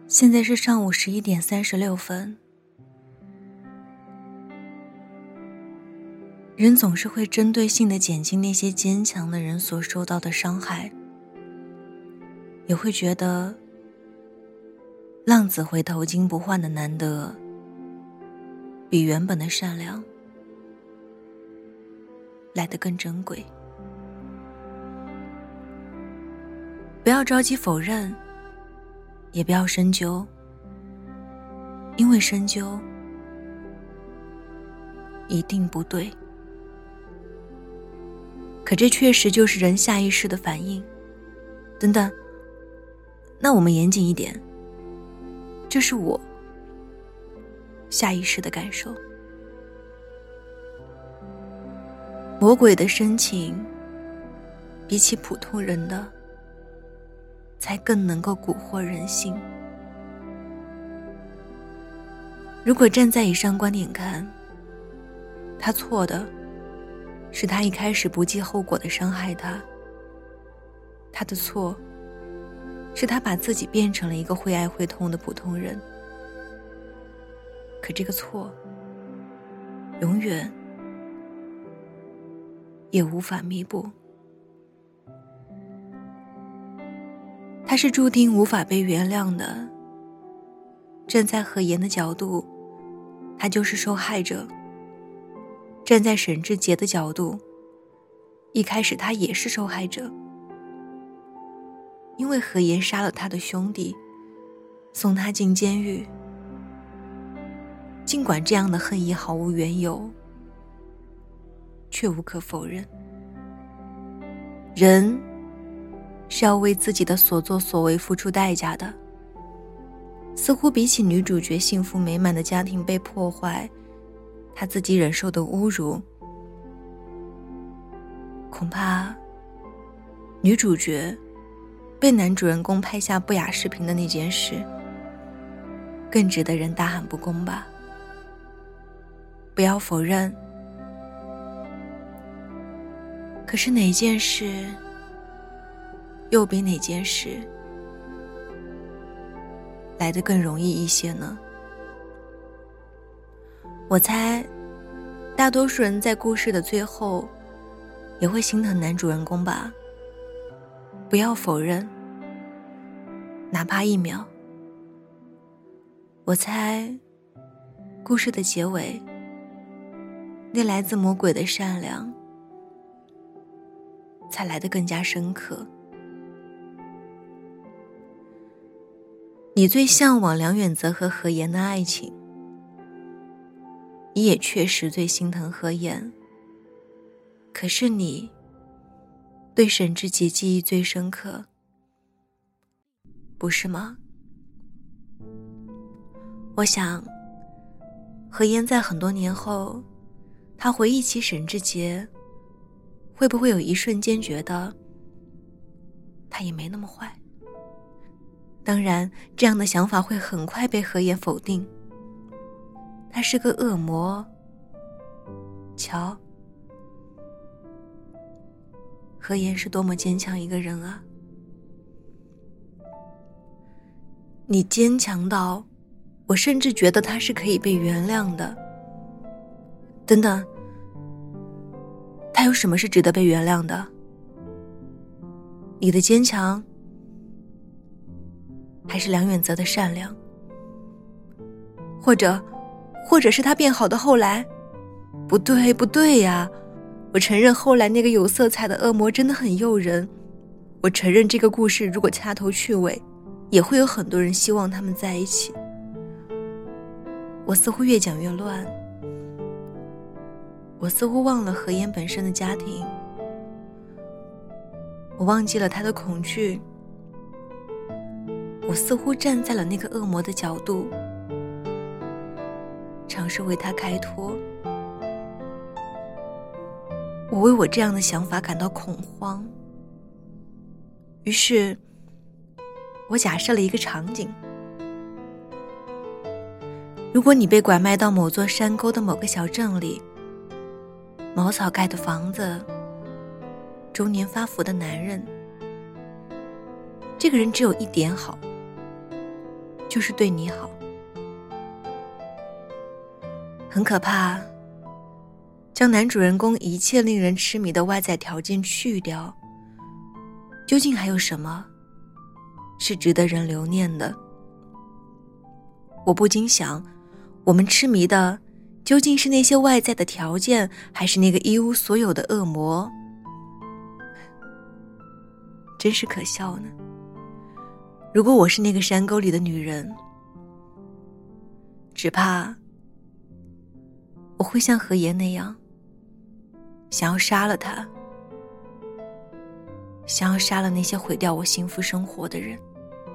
现在是上午11:36。人总是会针对性地减轻那些坚强的人所受到的伤害，也会觉得浪子回头金不换的难得，比原本的善良来得更珍贵。不要着急否认，也不要深究，因为深究一定不对。可这确实就是人下意识的反应。等等，那我们严谨一点，这是我下意识的感受。魔鬼的深情比起普通人的才更能够蛊惑人心。如果站在以上观点看，他错的是他一开始不计后果的伤害他，他的错是他把自己变成了一个会爱会痛的普通人。可这个错永远也无法弥补，他是注定无法被原谅的。站在何言的角度，他就是受害者；站在沈志杰的角度，一开始他也是受害者，因为何言杀了他的兄弟，送他进监狱。尽管这样的恨意毫无缘由，却无可否认，人是要为自己的所作所为付出代价的。似乎比起女主角幸福美满的家庭被破坏，她自己忍受的侮辱，恐怕女主角被男主人公拍下不雅视频的那件事更值得人大喊不公吧。不要否认，可是哪件事又比哪件事来得更容易一些呢？我猜大多数人在故事的最后也会心疼男主人公吧。不要否认，哪怕1秒。我猜故事的结尾，那来自魔鬼的善良才来得更加深刻。你最向往梁远泽和何言的爱情，你也确实最心疼何言，可是你对沈志杰记忆最深刻，不是吗？我想何言在很多年后，他回忆起沈志杰，会不会有一瞬间觉得他也没那么坏？当然，这样的想法会很快被何言否定。他是个恶魔。瞧，何言是多么坚强一个人啊！你坚强到，我甚至觉得他是可以被原谅的。等等，他有什么是值得被原谅的？你的坚强，还是梁远泽的善良？或者是他变好的后来？不对呀！我承认后来那个有色彩的恶魔真的很诱人，我承认这个故事如果掐头去尾，也会有很多人希望他们在一起。我似乎越讲越乱，我似乎忘了何言本身的家庭，我忘记了他的恐惧，我似乎站在了那个恶魔的角度，尝试为他开脱。我为我这样的想法感到恐慌，于是我假设了一个场景：如果你被拐卖到某座山沟的某个小镇里，茅草盖的房子，中年发福的男人，这个人只有一点好， 就是对你好。很可怕，将男主人公一切令人痴迷的外在条件去掉，究竟还有什么是值得人留念的？我不禁想，我们痴迷的究竟是那些外在的条件，还是那个一无所有的恶魔？真是可笑呢。如果我是那个山沟里的女人，只怕我会像何言那样，想要杀了他，想要杀了那些毁掉我幸福生活的人。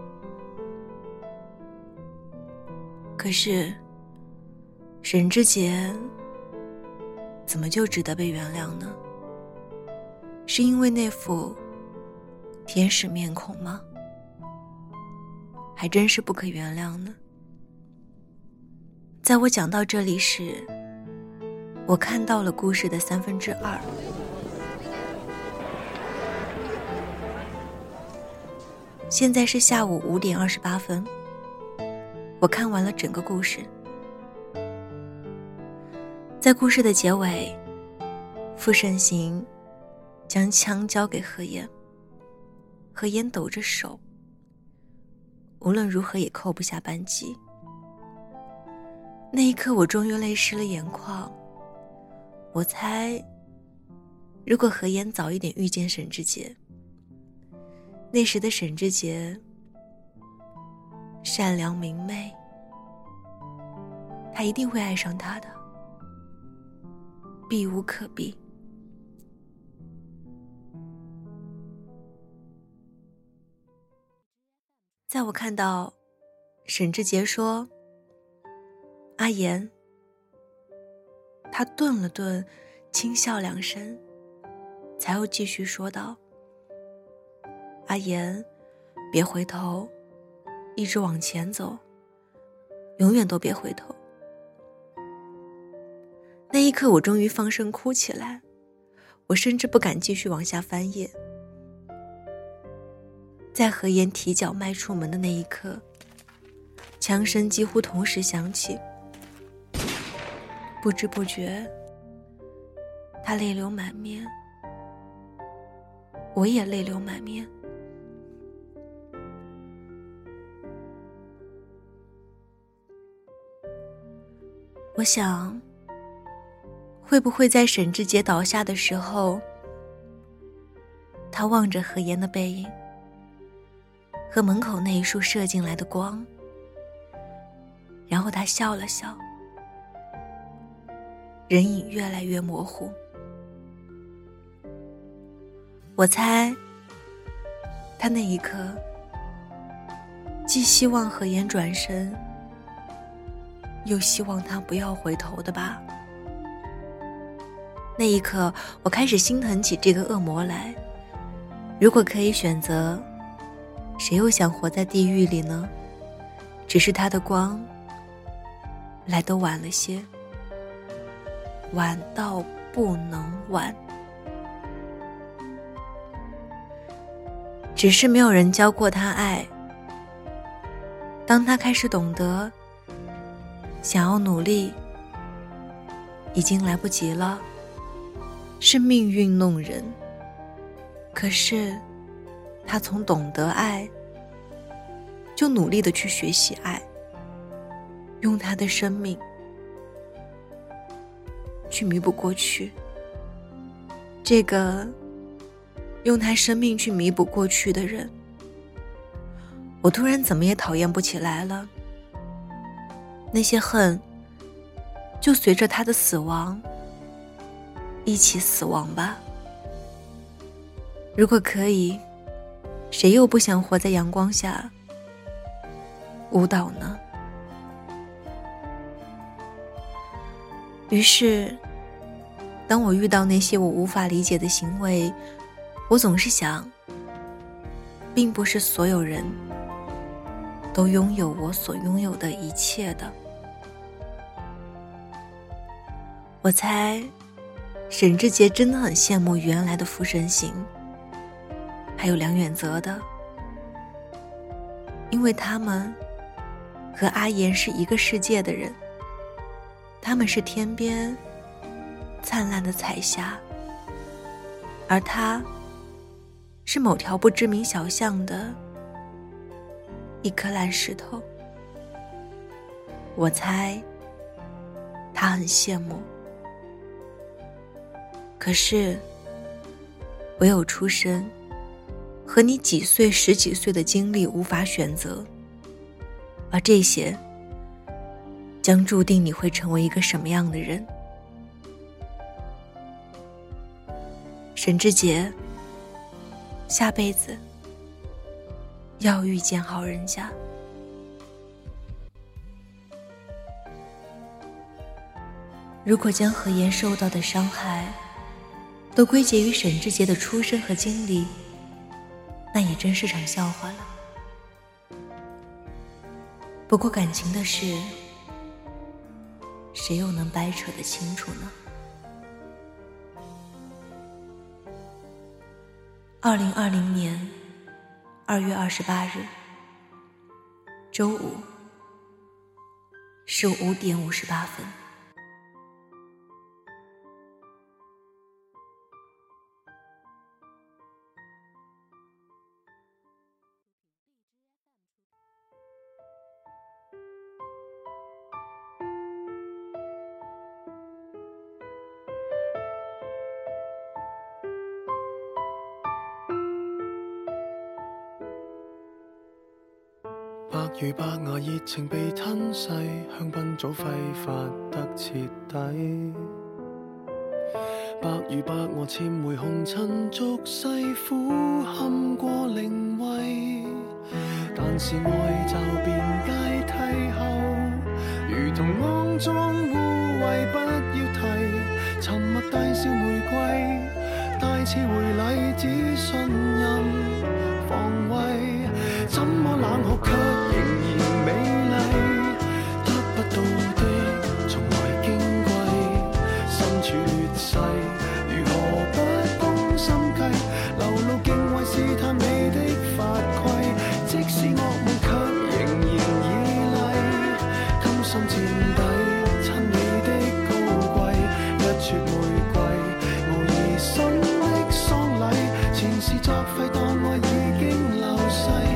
可是沈之杰怎么就值得被原谅呢？是因为那副天使面孔吗？还真是不可原谅呢。在我讲到这里时，我看到了故事的2/3。现在是下午5点28分，我看完了整个故事。在故事的结尾，傅盛行将枪交给何言，何言抖着手，无论如何也扣不下扳机。那一刻我终于泪湿了眼眶。我猜，如果何言早一点遇见沈之杰，那时的沈之杰善良明媚，他一定会爱上他的，避无可避。在我看到沈之杰说阿言，他顿了顿，轻笑2声，才又继续说道，阿言，别回头，一直往前走，永远都别回头。那一刻我终于放声哭起来，我甚至不敢继续往下翻页。在何言提脚迈出门的那一刻，枪声几乎同时响起，不知不觉他泪流满面，我也泪流满面。我想，会不会在沈之杰倒下的时候，他望着何言的背影和门口那一束射进来的光，然后他笑了笑，人影越来越模糊。我猜他那一刻既希望何言转身，又希望他不要回头的吧。那一刻我开始心疼起这个恶魔来，如果可以选择，谁又想活在地狱里呢？只是他的光来得晚了些，晚到不能晚。只是没有人教过他爱，当他开始懂得想要努力，已经来不及了。是命运弄人，可是他从懂得爱就努力地去学习爱，用他的生命去弥补过去。这个用他生命去弥补过去的人，我突然怎么也讨厌不起来了。那些恨就随着他的死亡一起死亡吧。如果可以，谁又不想活在阳光下舞蹈呢？于是当我遇到那些我无法理解的行为，我总是想，并不是所有人都拥有我所拥有的一切的。我猜沈之杰真的很羡慕原来的傅盛行，还有梁远泽的，因为他们和阿言是一个世界的人，他们是天边灿烂的彩霞，而他是某条不知名小巷的一颗烂石头。我猜他很羡慕，可是唯有出身和你几岁十几岁的经历无法选择，而这些将注定你会成为一个什么样的人。沈志杰，下辈子要遇见好人家。如果将何言受到的伤害都归结于沈志杰的出身和经历，那也真是场笑话了。不过感情的事，谁又能掰扯得清楚呢？2020年2月28日，周五15点58分。 白如白牙熱情被吞噬，香檳早揮發得徹底。白如白鵝潛回紅塵俗世，苦堪過靈位。但是愛就變階梯後，如同骯髒污穢不要提。沉默大笑玫瑰，帶刺回禮只信任防衛。怎麼冷酷卻仍然美麗，得不到的從來矜貴，身處劣勢，如何不攻心計，流露敬畏試探你的法規，即使惡夢卻仍然依賴，甘心墊底親你的高貴，一撮玫瑰無疑心的喪禮，前事作廢當愛已經流逝。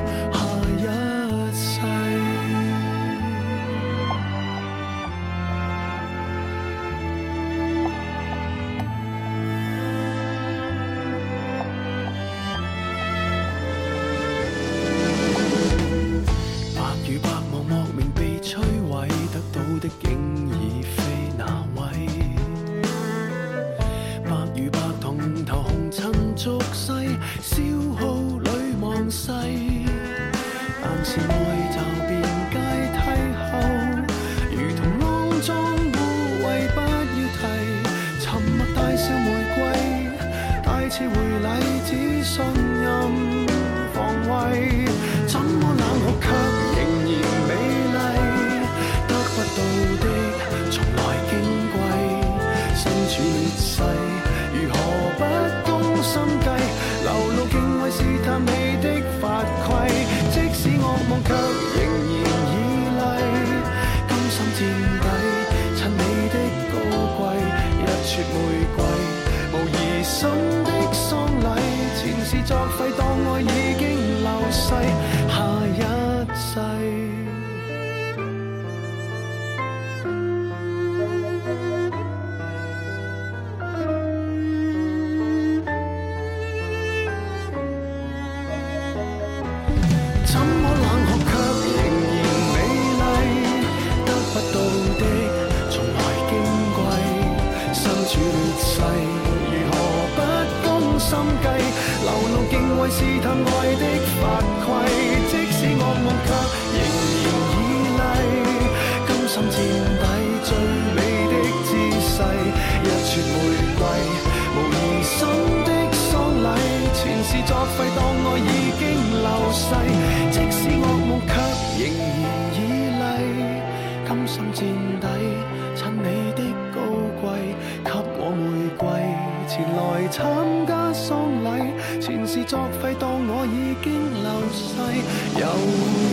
的竟已非那位，白如白銅頭紅塵俗世，消耗裏忘世。但是愛就變階梯後，如同骯髒污穢不要提。沉默大笑玫瑰，帶刺回禮只信任防衛。怎麼冷酷卻仍然美麗，得不到的從來矜貴，身處劣勢，如何不攻心計，流露敬畏試探你的法規，即使惡夢卻仍然依賴，甘心墊底襯你的高貴，一撮玫瑰無疑心的喪禮，前事作廢當愛已經流逝，下一世。怎麼冷酷卻仍然美麗，得不到的從來矜貴，身處劣勢，如何不攻心計，流露敬畏試探愛的法規，即使惡夢卻仍然依賴，甘心墊底最美的姿勢，一撮玫瑰無疑心的喪禮，前事作廢當愛已經流逝，即使惡夢卻仍然依賴，甘心墊底襯你的高貴，給我玫瑰前來參加喪禮，前事作廢當我已經流逝。